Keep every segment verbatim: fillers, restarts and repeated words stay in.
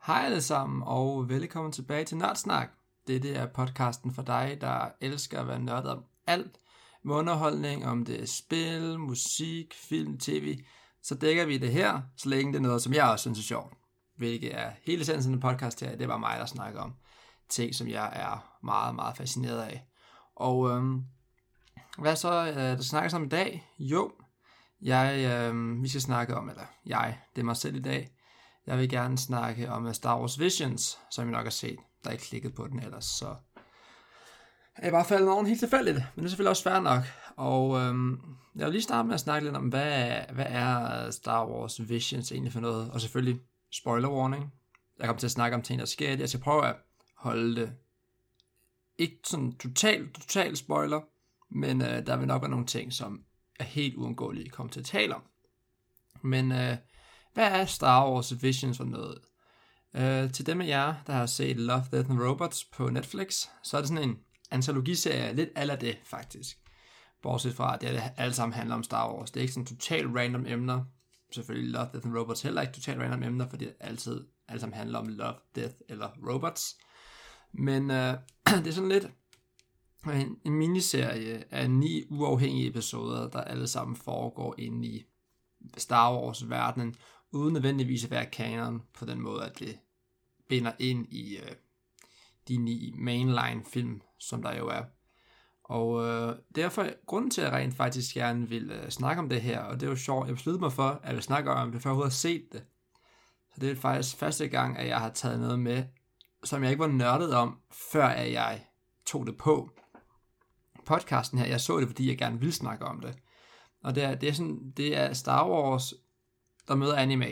Hej alle sammen, og velkommen tilbage til Nørdsnak. Dette er podcasten for dig, der elsker at være nørdet om alt med underholdning, om det er spil, musik, film, tv. Så dækker vi det her, så længe det er noget, som jeg også synes er sjovt. Hvilket er hele essensen af podcast her, det er bare mig, der snakker om ting, som jeg er meget, meget fascineret af. Og øhm, hvad så, øh, der snakkes om i dag? Jo, jeg, øh, vi skal snakke om, eller jeg, det er mig selv i dag. Jeg vil gerne snakke om Star Wars Visions, som I nok har set, der er ikke klikket på den ellers, så jeg er bare faldet over helt tilfældigt, men det er selvfølgelig også fair nok. Og øhm, jeg vil lige starte med at snakke lidt om, hvad, hvad er Star Wars Visions egentlig for noget, og selvfølgelig spoiler warning. Jeg kommer til at snakke om ting, der sker. Jeg skal prøve at holde det ikke sådan totalt, totalt spoiler, men øh, der vil nok være nogle ting, som er helt uundgåelige at komme til at tale om. Men øh, hvad er Star Wars Visions for noget? Uh, til dem af jer, der har set Love, Death and Robots på Netflix, så er det sådan en antologiserie, lidt a la det faktisk. Bortset fra, at det alle sammen handler om Star Wars. Det er ikke sådan totalt random emner. Selvfølgelig Love, Death and Robots heller ikke totalt random emner, fordi det altid alle sammen handler om Love, Death eller Robots. Men uh, det er sådan lidt en, en miniserie af ni uafhængige episoder, der alle sammen foregår inde i Star Wars-verdenen, uden nødvendigvis at være kanon på den måde, at det binder ind i øh, de ni mainline film, som der jo er. Og øh, derfor grunden til, at jeg rent faktisk gerne vil øh, snakke om det her, og det er jo sjovt, jeg besluttede mig for, at jeg vil snakke om det, før jeg overhovedet har set det. Så det er faktisk første gang, at jeg har taget noget med, som jeg ikke var nørdet om, før at jeg tog det på. Podcasten her, jeg så det, fordi jeg gerne ville snakke om det. Og det er, det er, sådan, det er Star Wars, der møder anime.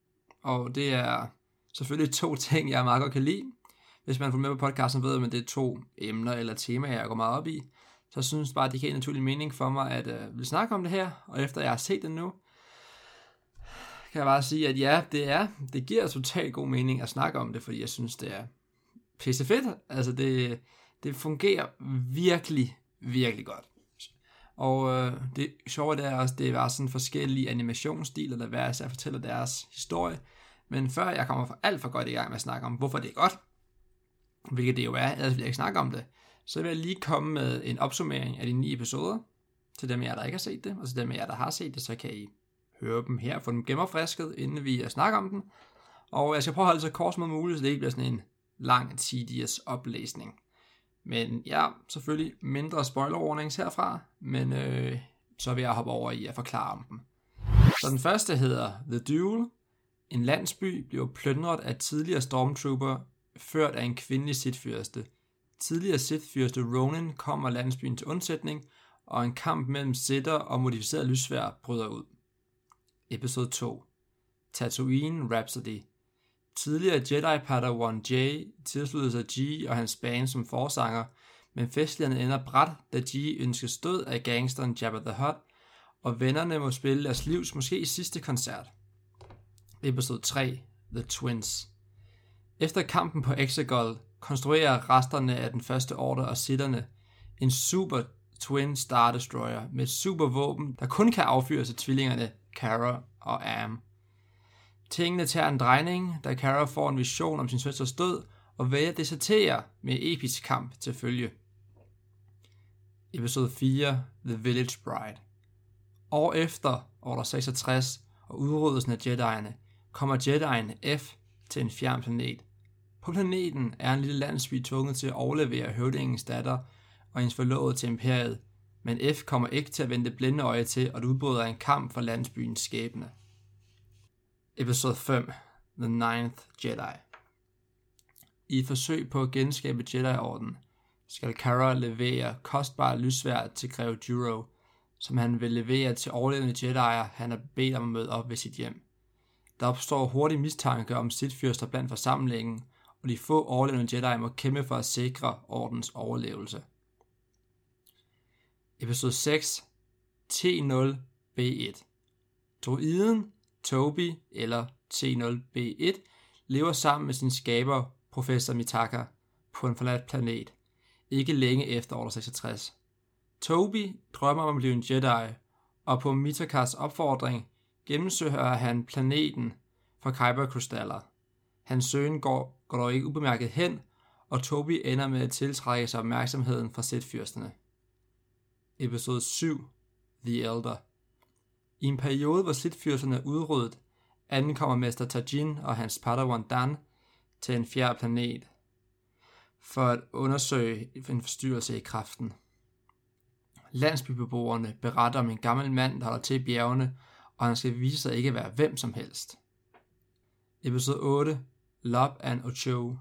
Og det er selvfølgelig to ting, jeg meget godt kan lide. Hvis man får med på podcasten, ved man, det er to emner eller temaer, jeg går meget op i. Så jeg synes bare, det giver en naturlig mening for mig, at uh, vil snakke om det her. Og efter jeg har set det nu, kan jeg bare sige, at ja, det er. Det giver totalt god mening at snakke om det, fordi jeg synes, det er pisse fedt. Altså, det, det fungerer virkelig, virkelig godt. Og øh, det sjove det er også, det er sådan forskellige animationsstiler, der hver især fortæller deres historie. Men før jeg kommer for alt for godt i gang med at snakke om, hvorfor det er godt, hvilket det jo er, ellers vil jeg ikke snakke om det, så vil jeg lige komme med en opsummering af de ni episoder, til dem af jer, der ikke har set det, og til dem af jer, der har set det, så kan I høre dem her, få dem gennemfrisket, inden vi snakker om den. Og jeg skal prøve at holde det så kort som muligt, så det ikke bliver sådan en lang, tedious oplæsning. Men ja, selvfølgelig mindre spoiler warnings herfra, men øh, så vil jeg hoppe over i at forklare om dem. Så den første hedder The Duel. En landsby bliver plyndret af tidligere stormtrooper, ført af en kvindelig Sith-fyrste. Tidligere Sith-fyrste Ronin kommer landsbyen til undsætning, og en kamp mellem Sith'er og modificeret lyssværd bryder ud. Episode to. Tatooine Rhapsody. Tidligere Jedi-padawan Jay tilsluttede sig G og hans band som forsanger, men festlighederne ender brat, da G ønskes død af gangsteren Jabba the Hutt, og vennerne må spille deres livs måske sidste koncert. Episode tre. The Twins. Efter kampen på Exegol konstruerer resterne af den første ordre og Sith'erne en super Twin Star Destroyer med et super våben, der kun kan affyres af tvillingerne Cara og Am. Tingene tager en drejning, da Cara får en vision om sin søsters død, og vælger at desertere med episk kamp til følge. Episode fire. The Village Bride. År efter Order seksogtres og udryddelsen af Jedi'erne, kommer Jedi'en F til en fjern planet. På planeten er en lille landsby tvunget til at overlevere høvdingens datter og hendes forlovede til imperiet, men F kommer ikke til at vende blinde øje til, og det udbryder en kamp for landsbyens skæbne. Episode fem. The Ninth Jedi. I et forsøg på at genskabe Jedi-orden, skal Cara levere kostbare lyssværd til greve Juro, som han vil levere til overlevende Jedi'er, han har bedt om at møde op ved sit hjem. Der opstår hurtig mistanke om Sith-fyrster blandt forsamlingen, og de få overlevende Jedi må kæmpe for at sikre ordens overlevelse. Episode seks. T nul B et. Droiden Toby, eller T nul B et, lever sammen med sin skaber, professor Mitaka, på en forladt planet, ikke længe efter Order seksogtres. Toby drømmer om at blive en Jedi, og på Mitakas opfordring gennemsøger han planeten for kyberkrystaller. Hans søgen går, går dog ikke ubemærket hen, og Toby ender med at tiltrække sig opmærksomheden fra Sith-fyrsterne. Episode syv. The Elder. I en periode, hvor Sith-fyrsterne er udryddet, ankommer Mester Tajin og hans padawan Dan til en fjerde planet for at undersøge en forstyrrelse i kraften. Landsbybeboerne beretter om en gammel mand, der holder til i bjergene, og han skal vise sig ikke at være hvem som helst. Episode otte. Lob and Ocho.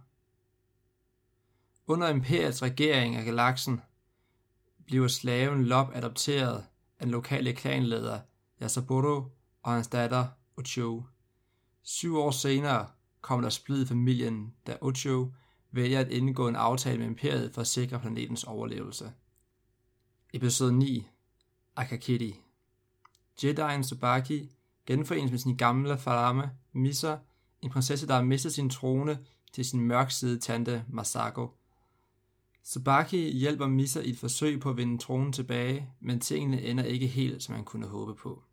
Under Imperiets regering af galaksen bliver slaven Lob adopteret af den lokale klanleder Yasaburo og hans datter Ocho. Syv år senere kommer der splid i familien, da Ocho vælger at indgå en aftale med Imperiet for at sikre planetens overlevelse. Episode ni. Akakiri. Jedien Tsubaki genforenes med sin gamle farame Misa, en prinsesse, der har mistet sin trone til sin mørkside tante Masako. Tsubaki hjælper Misa i et forsøg på at vinde tronen tilbage, men tingene ender ikke helt, som han kunne håbe på.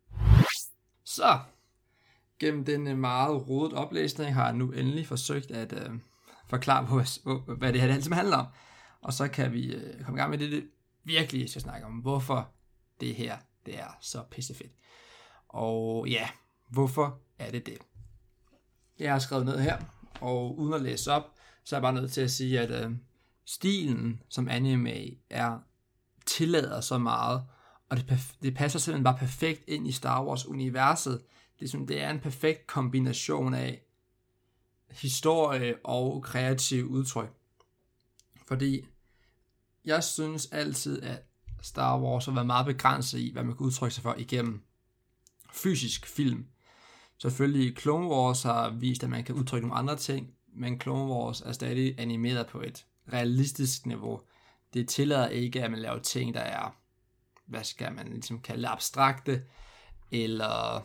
Så, gennem den meget rodet oplæsning har jeg nu endelig forsøgt at øh, forklare, hvad, hvad det her altid handler om. Og så kan vi øh, komme i gang med det, det virkelig skal snakke om, hvorfor det her det er så pissefedt. Og ja, hvorfor er det det? Jeg har skrevet ned her, og uden at læse op, så er jeg bare nødt til at sige, at øh, stilen som anime er tillader så meget, og det, det passer simpelthen bare perfekt ind i Star Wars-universet. Det, som, det er en perfekt kombination af historie og kreativ udtryk. Fordi jeg synes altid, at Star Wars har været meget begrænset i, hvad man kan udtrykke sig for igennem fysisk film. Selvfølgelig Clone Wars har vist, at man kan udtrykke nogle andre ting, men Clone Wars er stadig animeret på et realistisk niveau. Det tillader ikke, at man laver ting, der er, hvad skal man ligesom kalde, abstrakte eller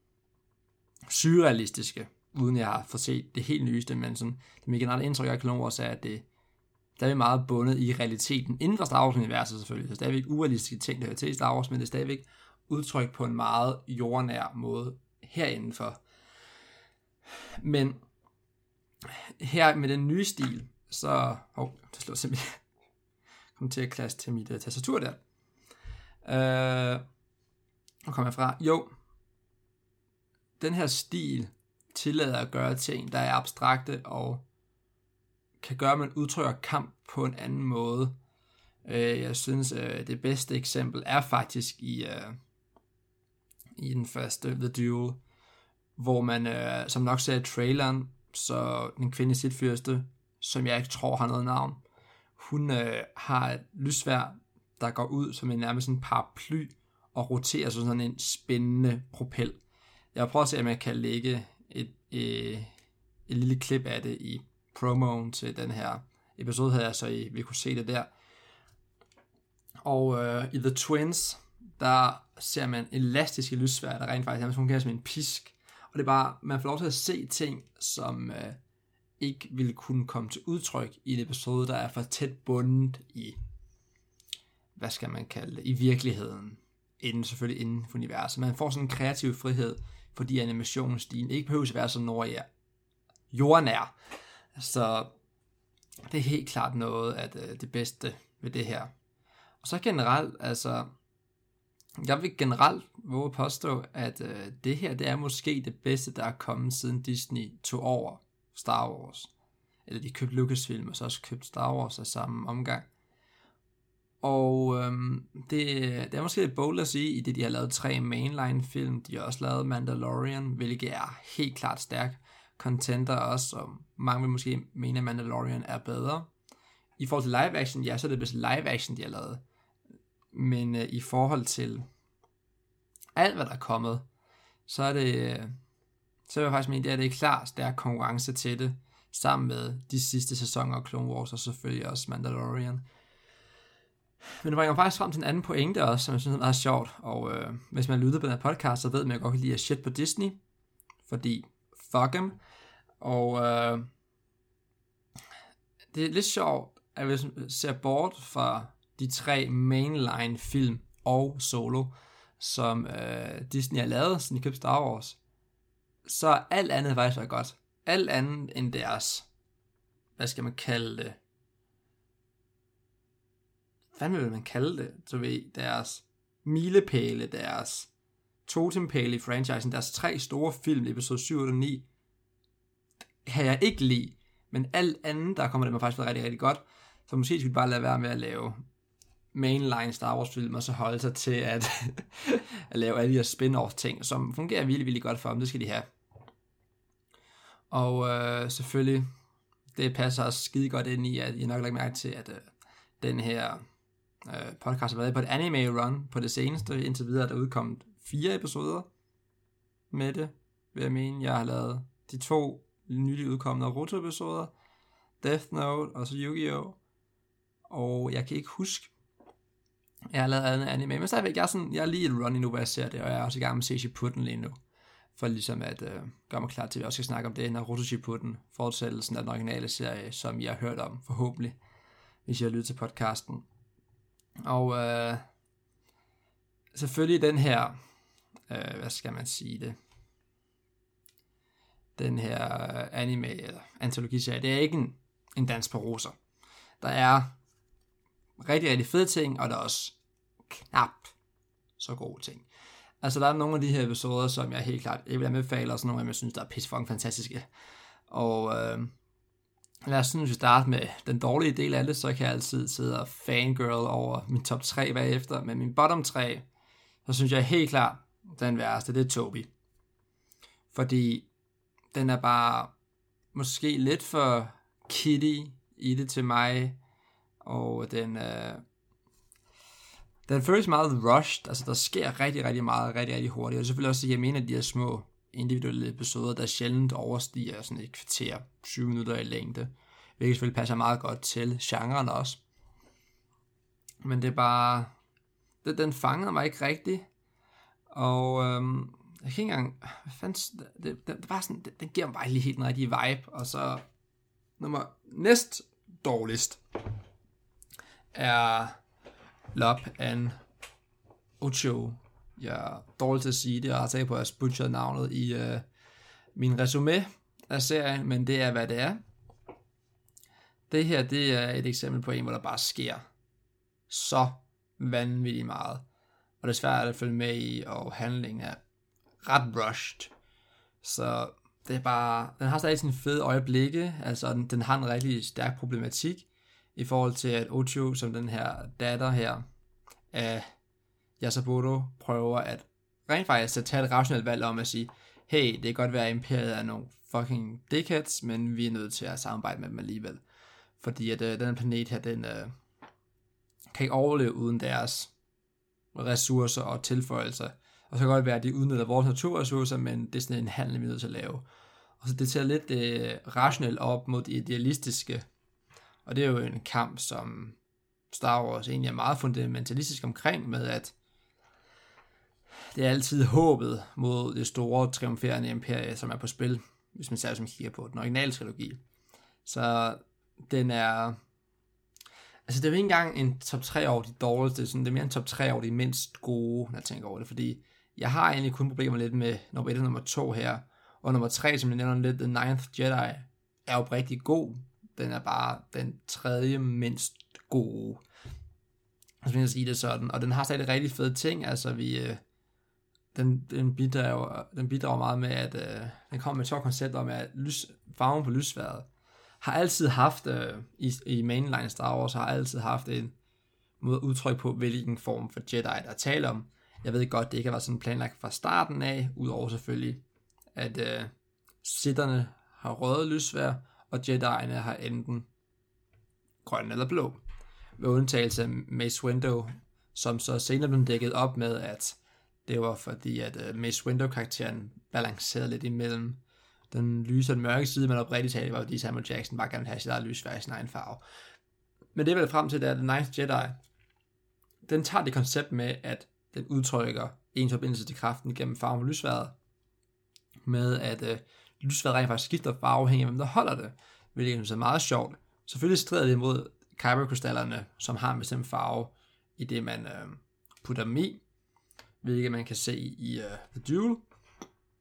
surrealistiske, uden jeg har fået set det helt nyeste, men sådan, det mit generelle indtryk af Clone Wars er, at det der er meget bundet i realiteten inden for Star Wars-universet selvfølgelig. Det er stadigvæk urealistiske ting, der hører til i Star Wars, men det er stadigvæk udtrykt på en meget jordnær måde herindenfor. Men her med den nye stil, så... Åh, oh, det slår simpelthen... kom til at klasse til mit uh, tastatur der. Uh, hvor kommer jeg fra? Jo, den her stil tillader at gøre ting, der er abstrakte og kan gøre, at man udtrykker kamp på en anden måde. Uh, jeg synes, uh, det bedste eksempel er faktisk i, uh, i den første The Duel, hvor man, uh, som nok ser i traileren, så den kvinde Sith-fyrste, som jeg ikke tror har noget navn, hun øh, har et lysværd, der går ud som en nærmest en paraply og roterer som sådan en spændende propel. Jeg vil prøve at se, om jeg kan lægge et, et, et lille klip af det i promoen til den her episode her, så I vil kunne se det der. Og øh, i The Twins, der ser man elastiske lysværd, der rent faktisk nærmest fungerer som en pisk. Og det er bare, man får lov til at se ting, som... Øh, ikke ville kunne komme til udtryk i en episode, der er for tæt bundet i, hvad skal man kalde det, i virkeligheden, inden selvfølgelig inden for universet. Man får sådan en kreativ frihed, fordi animationsstilen ikke behøver at være så nordjær, jordnær. Så det er helt klart noget af det, det bedste ved det her. Og så generelt, altså, jeg vil generelt våge at påstå, at øh, det her, det er måske det bedste, der er kommet siden Disney tog over Star Wars. Eller de købte Lucasfilm, og så også købt Star Wars af samme omgang. Og øhm, det, det er måske lidt bold at sige, i det de har lavet tre mainline film. De har også lavet Mandalorian, hvilket er helt klart stærk contenter også, og mange vil måske mene, at Mandalorian er bedre. I forhold til live action, ja, så er det bedste live action, de har lavet. Men øh, i forhold til alt, hvad der er kommet, så er det... Øh, så vil jeg faktisk mene, det er det klar stærk konkurrence til det, sammen med de sidste sæsoner af Clone Wars, og selvfølgelig også Mandalorian. Men det bringer faktisk frem til en anden pointe også, som jeg synes er meget sjovt, og øh, hvis man lytter på den her podcast, så ved man, at jeg godt kan lide at shit på Disney, fordi fuck dem, og øh, det er lidt sjovt, at hvis man ser bort fra de tre mainline film og Solo, som øh, Disney har lavet, siden de købte Star Wars, så alt andet faktisk var godt. alt andet end deres, hvad skal man kalde det, hvad vil man kalde det, så ved, deres milepæle, deres totempæle i franchisen, deres tre store film, episode syv og ni, har jeg ikke lide, men alt andet, der kommer det mig faktisk rigtig, rigtig godt, så måske skulle vi bare lade være med at lave mainline Star Wars film, og så holde sig til at, at lave alle de her spin-off ting, som fungerer virkelig, virkelig godt for dem, det skal de have. Og øh, selvfølgelig, det passer også skide godt ind i, at I nok lagt mærke til, at øh, den her øh, podcast har været på et anime run på det seneste, indtil videre der er udkommet fire episoder med det, vil jeg mene. Jeg har lavet de to nylig udkommende Naruto-episoder, Death Note og så Yu-Gi-Oh! Og jeg kan ikke huske, jeg har lavet andet anime, men stadigvæk, jeg er, sådan, jeg er lige et run endnu, hvor jeg ser det, og jeg er også i gang med at se Shippuden lige nu, for ligesom at øh, gøre mig klar til, at vi også skal snakke om det, Naruto Shippuden, fortsættelsen af den originale serie, som jeg har hørt om, forhåbentlig, hvis jeg har lyttet til podcasten. Og øh, selvfølgelig den her, øh, hvad skal man sige det, den her anime, eller antologiserie, det er ikke en, en dans på roser. Der er rigtig, rigtig fede ting, og der er også knap så gode ting. Altså, der er nogle af de her episoder, som jeg helt klart ikke vil anbefale, og sådan nogle af dem, jeg synes, der er pissefucking fantastiske. Og øh, lad os synes, vi starte med den dårlige del af det, så kan jeg altid sidde og fangirl over min top tre bagefter, men min bottom tre, så synes jeg helt klart, den værste, det er Toby. Fordi den er bare måske lidt for kiddie i det til mig, og den, øh, den føles meget rushed, altså der sker rigtig, rigtig meget, rigtig, rigtig hurtigt, og selvfølgelig også, at jeg mener, at de her små individuelle episoder, der sjældent overstiger sådan et kvarter, tyve minutter i længde, hvilket selvfølgelig passer meget godt til genren også. Men det er bare, det, den fangede mig ikke rigtigt, og øhm, jeg kan ikke engang, hvad fanden, det, det, det var sådan, det, den giver mig bare lige helt den rigtige vibe, og så nummer næst dårligst er Lop and Ocho. Jeg er dårlig til at sige det, og har tænkt på, at jeg har butcheret navnet i øh, min resume af serien, men det er, hvad det er. Det her, det er et eksempel på en, hvor der bare sker så vanvittigt meget. Og det er svært at følge med i, og handlingen er ret rushed. Så det er bare, den har stadig sine fede øjeblikke, altså den, den har en rigtig stærk problematik, i forhold til, at Ocho, som den her datter her af Yasaburo, prøver at rent faktisk at tage et rationelt valg om at sige, hey, det kan godt være, at imperiet er nogle fucking dickheads, men vi er nødt til at samarbejde med dem alligevel. Fordi at øh, den planet her, den øh, kan ikke overleve uden deres ressourcer og tilføjelser. Og så kan det godt være, at de udnytter vores naturressourcer, men det er sådan en handel, vi er nødt til at lave. Og så det tager lidt øh, rationelt op mod det idealistiske. Og det er jo en kamp, som Star Wars egentlig er meget fundamentalistisk omkring, med at det er altid håbet mod det store triumferende imperie, som er på spil, hvis man særligt kigger på den originale trilogi. Så den er, altså det er jo ikke engang en top tre over de dårligste, sådan, det er mere en top tre over de mindst gode, når jeg tænker over det, fordi jeg har egentlig kun problemer lidt med nummer et og nummer to her, og nummer tre, som jeg nævner lidt, The Ninth Jedi, er jo rigtig god. Den er bare den tredje mindst gode, hvis man kan sige det sådan, og den har stadig rigtig fede ting, altså vi, øh, den, den, bidrager, den bidrager meget med, at øh, den kommer med et sjovt koncept om, at lys, farven på lysværet har altid haft, øh, i, i mainline Star Wars, har altid haft en måde udtryk på, hvilken form for Jedi, der taler om. Jeg ved godt, det ikke har været sådan planlagt fra starten af, udover selvfølgelig, at øh, Sith'erne har røde lysvær, og Jedi'erne har enten grøn eller blå. Med undtagelse af Mace Windu, som så senere blev dækket op med, at det var fordi, at uh, Mace Windu-karakteren balancerede lidt imellem den lyse og den mørke side, men oprindeligt talt var fordi Samuel Jackson bare gerne ville have sit eget lysvær i sin egen farve. Men det er vel frem til, at The Ninth Jedi, den tager det koncept med, at den udtrykker ens forbindelse til kraften gennem farven på lysværet, med at uh, lysværet rent faktisk skifter farve, afhængig af hvem der holder det, hvilket er meget sjovt. Selvfølgelig strider det imod kyberkrystallerne, som har en bestemt farve i det, man øh, putter dem i, hvilket man kan se i uh, The Duel.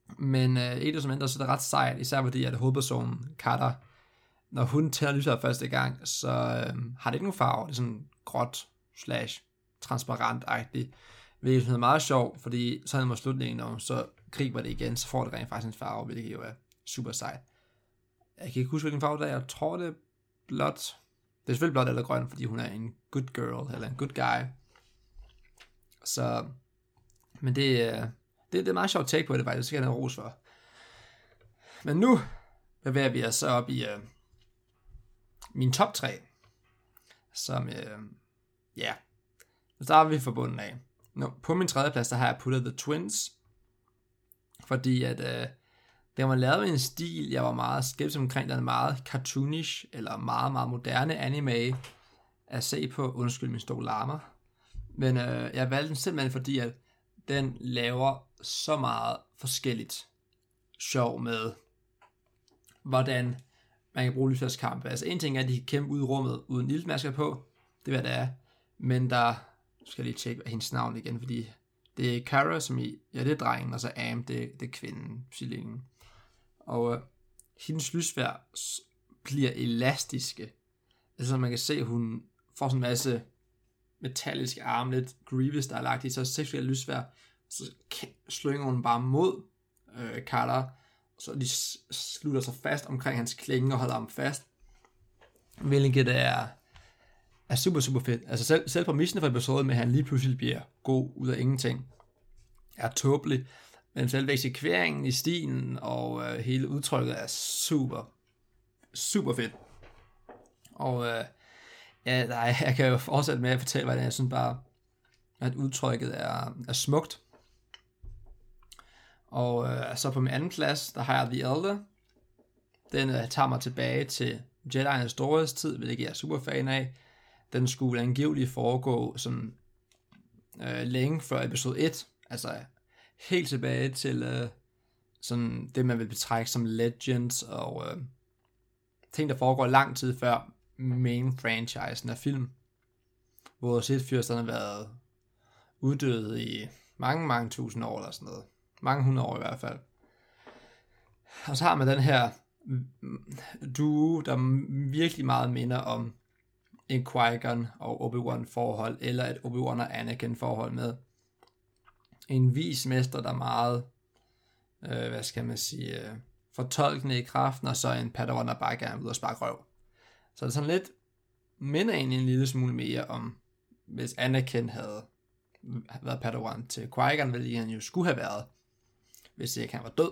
Men øh, ikke som mindre, så er det ret sejt, især fordi, at hovedpersonen, Carter, når hun tænder lyset første gang, så øh, har det ikke nogen farve. Det er sådan gråt slash transparent-agtigt. Hvilket er meget sjovt, fordi så mod slutningen, når så griber det igen, så får det rent faktisk en farve, hvilket jo er super sejt. Jeg kan ikke huske, hvilken farve det er. Jeg tror, det er blåt. Det er selvfølgelig blåt eller grøn, fordi hun er en good girl, eller en good guy. Så, men det, det, det er meget sjovt take på det, faktisk. Det skal jeg have ros for. Men nu bevæger vi os så op i uh, min top tre, som, uh, ja, yeah. Så starter vi fra bunden af. Nå, på min tredje plads, der har jeg puttet The Twins, fordi at uh, det var lavet i en stil, jeg var meget skeptisk omkring, den er meget cartoonish, eller meget, meget moderne anime at se på. Undskyld, min stol larmer. Men uh, jeg valgte den simpelthen, fordi at den laver så meget forskelligt sjov med, hvordan man kan bruge lysfærdskampe. Altså en ting er, at de kan kæmpe ud i rummet uden iltmasker på, det er hvad det er, men der, skal jeg lige tjekke hendes navn igen, fordi det er Kara, som i, ja det er drengen, og så Am, det, det er kvinden, psylingen. Og øh, hendes lysfærd bliver elastiske, altså man kan se, at hun får sådan en masse metalliske arme, lidt Grievous, der er lagt i, så seksuel lysfærd, så slynger hun bare mod øh, Carter, så de slutter sig fast omkring hans klinge og holder ham fast, hvilket er, er super, super fedt. Altså selv, selv præmissen for episoden med, at han lige pludselig bliver god ud af ingenting, er tåbelig, men selv eksekveringen i stilen og øh, hele udtrykket er super, super fedt. Og øh, ja, nej, jeg kan jo fortsætte med at fortælle, hvordan jeg synes bare, at udtrykket er, er smukt. Og øh, så på min anden plads, der har jeg The Elder. Den øh, tager mig tilbage til Jedi'ernes storhedstid, hvilket jeg er super fan af. Den skulle angiveligt foregå sådan øh, længe før episode et. Altså helt tilbage til øh, sådan det, man vil betragte som Legends og øh, ting, der foregår lang tid før main franchisen af film. Hvor Sith-fyrsterne har været uddøde i mange, mange tusind år eller sådan noget. Mange hundrede år i hvert fald. Og så har man den her duo, der virkelig meget minder om en Qui-Gon og Obi-Wan forhold, eller et Obi-Wan og Anakin forhold med en vis mester, der er meget, øh, hvad skal man sige, øh, fortolkende i kraften, og så en Padawan, der bare gerne vil ud og sparke røv. Så det er sådan lidt, minder egentlig en lille smule mere om, hvis Anakin havde været Padawan til Qui-Gon, hvilket han jo skulle have været, hvis ikke han var død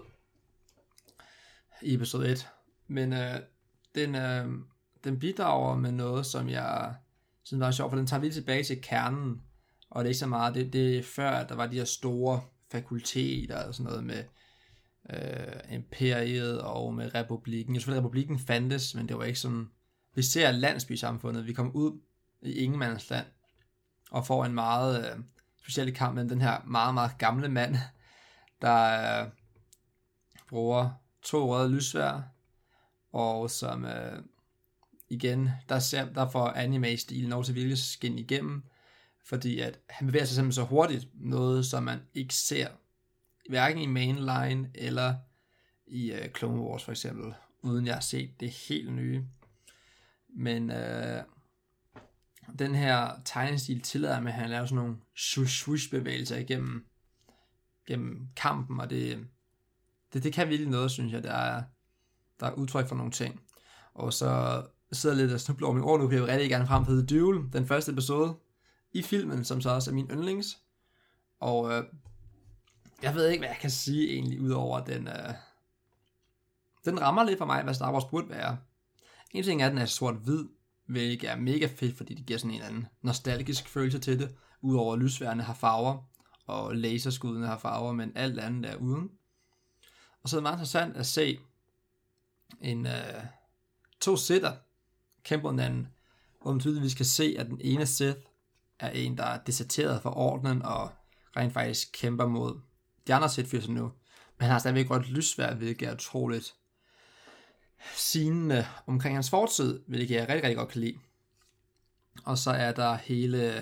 i episode et. Men øh, den, øh, den bidrager med noget, som jeg synes var sjovt, for den tager vi tilbage til kernen, og det er ikke så meget, det, det er før, at der var de her store fakulteter og sådan noget med øh, imperiet og med republikken. Jeg tror, at republikken fandtes, men det var ikke sådan, vi ser landsbysamfundet, vi kommer ud i ingenmandsland, og får en meget øh, speciel kamp med den her meget, meget gamle mand, der øh, bruger to røde lysvær, og som øh, igen, der, ser, der får anime-stilen lov til virkelig at skinne igennem, fordi at han bevæger sig simpelthen så hurtigt, noget som man ikke ser, hverken i mainline eller i øh, Clone Wars for eksempel, uden jeg har set det helt nye. Men øh, den her tegnestil tillader med, at han laver sådan nogle swoosh bevægelser igennem gennem kampen, og det, det, det kan virkelig noget, synes jeg, der er, der er udtryk for nogle ting. Og så sidder jeg lidt og snubler over min ord nu, kan jeg rigtig gerne frem til The Duel, den første episode i filmen, som så også er min yndlings. Og øh, jeg ved ikke, hvad jeg kan sige egentlig, udover at den, øh, den rammer lidt for mig, hvad Star Wars burde være. En ting er, at den er sort-hvid, hvilket er mega fedt, fordi det giver sådan en anden nostalgisk følelse til det, udover at lysværene har farver, og laserskuddene har farver, men alt andet er uden. Og så er det meget interessant at se en øh, to Sith'er kæmpe mod hinanden, hvor man tydeligvis kan se, at den ene Sith er en, der er deserteret for ordenen, og rent faktisk kæmper mod de andre Sith-fyrster nu. Men han har stadigvæk godt lysvær, hvilket er utroligt scenene omkring hans fortid, hvilket jeg rigtig, rigtig godt kan lide. Og så er der hele,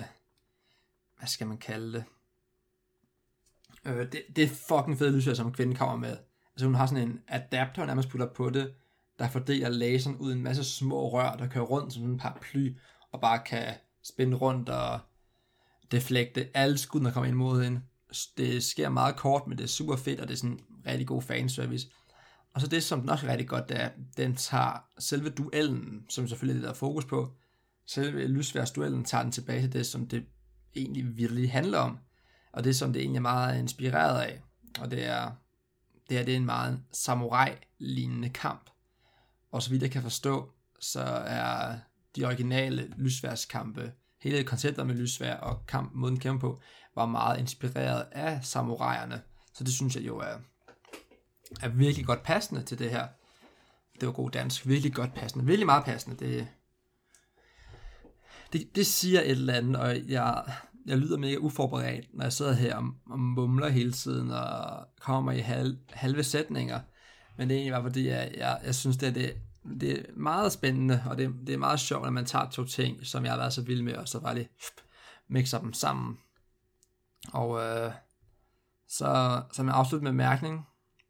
hvad skal man kalde det? Øh, det, det er fucking fede lysvær, som kvinden kommer med. så hun har sådan en adapter, hun nærmest putter på det, der fordeler laseren ud i en masse små rør, der kører rundt som en paraply, og bare kan spænde rundt og deflekte alle skud, der kommer ind mod hende. Det sker meget kort, men det er super fedt, og det er sådan en rigtig god fanservice. Og så det, som den også er rigtig godt, det er, den tager selve duellen, som selvfølgelig er det, der er fokus på, selve lysværsduellen tager den tilbage til det, som det egentlig virkelig handler om, og det, som det egentlig er meget inspireret af, og det er, det, er, det er en meget samurai-lignende kamp. Og så vidt jeg kan forstå, så er de originale lysværskampe, hele konceptet med lysvær og kamp, måden kæmpe på, var meget inspireret af samuraierne. Så det synes jeg jo er, er virkelig godt passende til det her. Det var god dansk. Virkelig godt passende. Virkelig meget passende. Det, det, det siger et eller andet, og jeg, jeg lyder mega uforberedt, når jeg sidder her og, og mumler hele tiden, og kommer i halv, halve sætninger. Men det er egentlig bare fordi, jeg, jeg, jeg synes, det er, det, det er meget spændende, og det, det er meget sjovt, at man tager to ting, som jeg har været så vild med, og så bare lige mixer dem sammen. Og øh, så som jeg afslutter med mærkning,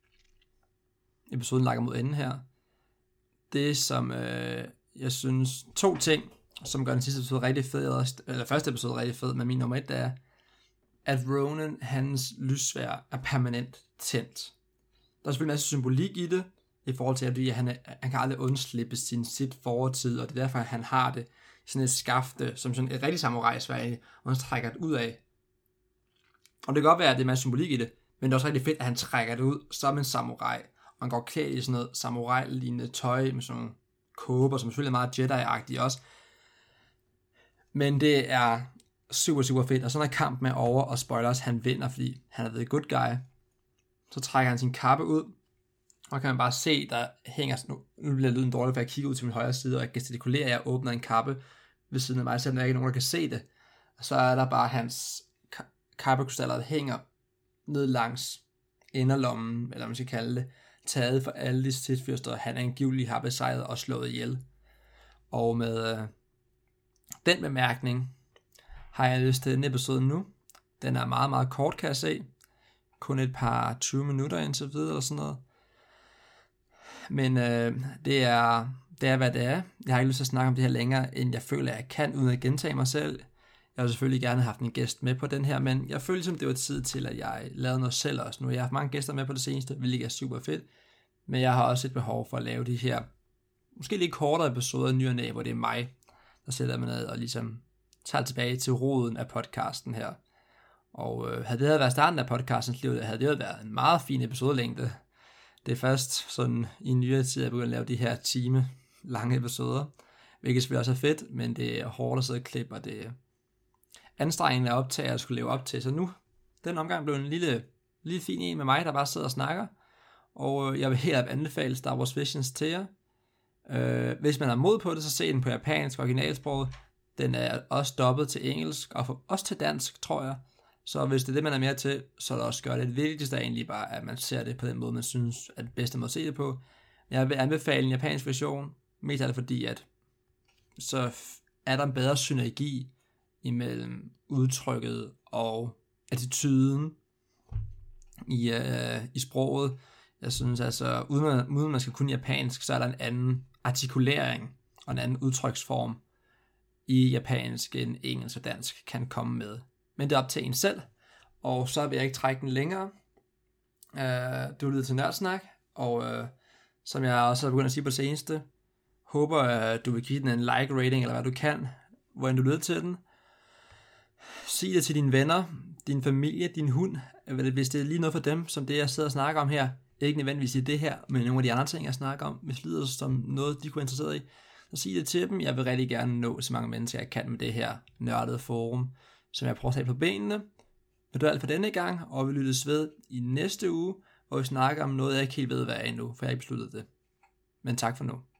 episoden lakker mod enden her, det som øh, jeg synes, to ting, som gør den sidste episode rigtig fed, eller første episode rigtig fed, men min nummer et, det er, at Ronan, hans lyssværd, er permanent tændt. Der er selvfølgelig en masse symbolik i det, i forhold til, at han, han kan aldrig undslippe sin sit fortid, og det er derfor, at han har det sådan et skafte, som sådan et rigtig samurai-sværd, og han trækker det ud af. Og det kan godt være, at det er meget symbolik i det, men det er også rigtig fedt, at han trækker det ud som en samurai, og han går klædt i sådan noget samurai-lignende tøj, med sådan nogle kåber, som selvfølgelig er meget Jedi-agtige også. Men det er super, super fedt, og så når kampen er over, og spoilers, han vinder, fordi han er the good guy, så trækker han sin kappe ud, og kan man bare se, der hænger sådan, nu bliver lyden dårlig, for jeg kigger ud til min højre side, og jeg gestikulerer, jeg åbner en kappe ved siden af mig, selvom der ikke er nogen, der kan se det. Og så er der bare hans kappekrystaller, der hænger ned langs inderlommen, eller hvad man skal kalde det, taget for alle de Sith-fyrster, han angiveligt har besejret og slået ihjel. Og med øh, den bemærkning har jeg lyst til den episode nu. Den er meget, meget kort, kan jeg se. Kun et par tyve minutter indtil videre, eller sådan noget. Men øh, det, er, det er, hvad det er. Jeg har ikke lyst til at snakke om det her længere, end jeg føler, at jeg kan, uden at gentage mig selv. Jeg har selvfølgelig gerne haft en gæst med på den her, men jeg følte ligesom, det var tid til, at jeg lavede noget selv også. Nu har jeg haft mange gæster med på det seneste, hvilket er super fedt. Men jeg har også et behov for at lave de her, måske lidt kortere episoder ny og næ, hvor det er mig, der sætter mig ned og ligesom tager tilbage til roden af podcasten her. Og øh, havde det været starten af podcastens liv, havde det jo været en meget fin episodelængde. Det er først sådan i nyere tid, at jeg begynder at lave de her time lange episoder, hvilket selvfølgelig også er fedt, men det er hårdt at sidde og klippe, og det er anstrengende at optage og skulle leve op til. Så nu, den omgang blev en lille, lille fin en med mig, der bare sidder og snakker, og jeg vil helt anbefale Star Wars Visions til jer. Øh, hvis man har mod på det, så se den på japansk originalsproget. Den er også dobbelt til engelsk, og også til dansk, tror jeg. Så hvis det er det, man er mere til, så er det også gør det. Det vigtigste er egentlig bare, at man ser det på den måde, man synes er det bedste måde at se det på. Jeg vil anbefale en japansk version, mest af det fordi, at så er der en bedre synergi imellem udtrykket og attituden i, øh, i sproget. Jeg synes altså, uden man, uden man skal kunne japansk, så er der en anden artikulering og en anden udtryksform i japansk end engelsk og dansk kan komme med. Men det er op til en selv, og så vil jeg ikke trække den længere. Uh, du lytter til Nørdsnak, og uh, som jeg også har begyndt at sige på det seneste, håber at du vil give den en like rating, eller hvad du kan, hvordan du lytter til den. Sig det til dine venner, din familie, din hund, hvis det er lige noget for dem, som det jeg sidder og snakker om her. Ikke nødvendigvis i det her, men nogle af de andre ting, jeg snakker om, hvis det lyder som noget, de kunne være interesseret i, så sig det til dem. Jeg vil rigtig gerne nå så mange mennesker, jeg kan med det her nørdede forum, som jeg prøver at tage på benene. Men det er alt for denne gang, og vi lyttes ved i næste uge, hvor vi snakker om noget, jeg ikke helt ved, hvad er endnu, for jeg har ikke besluttet det. Men tak for nu.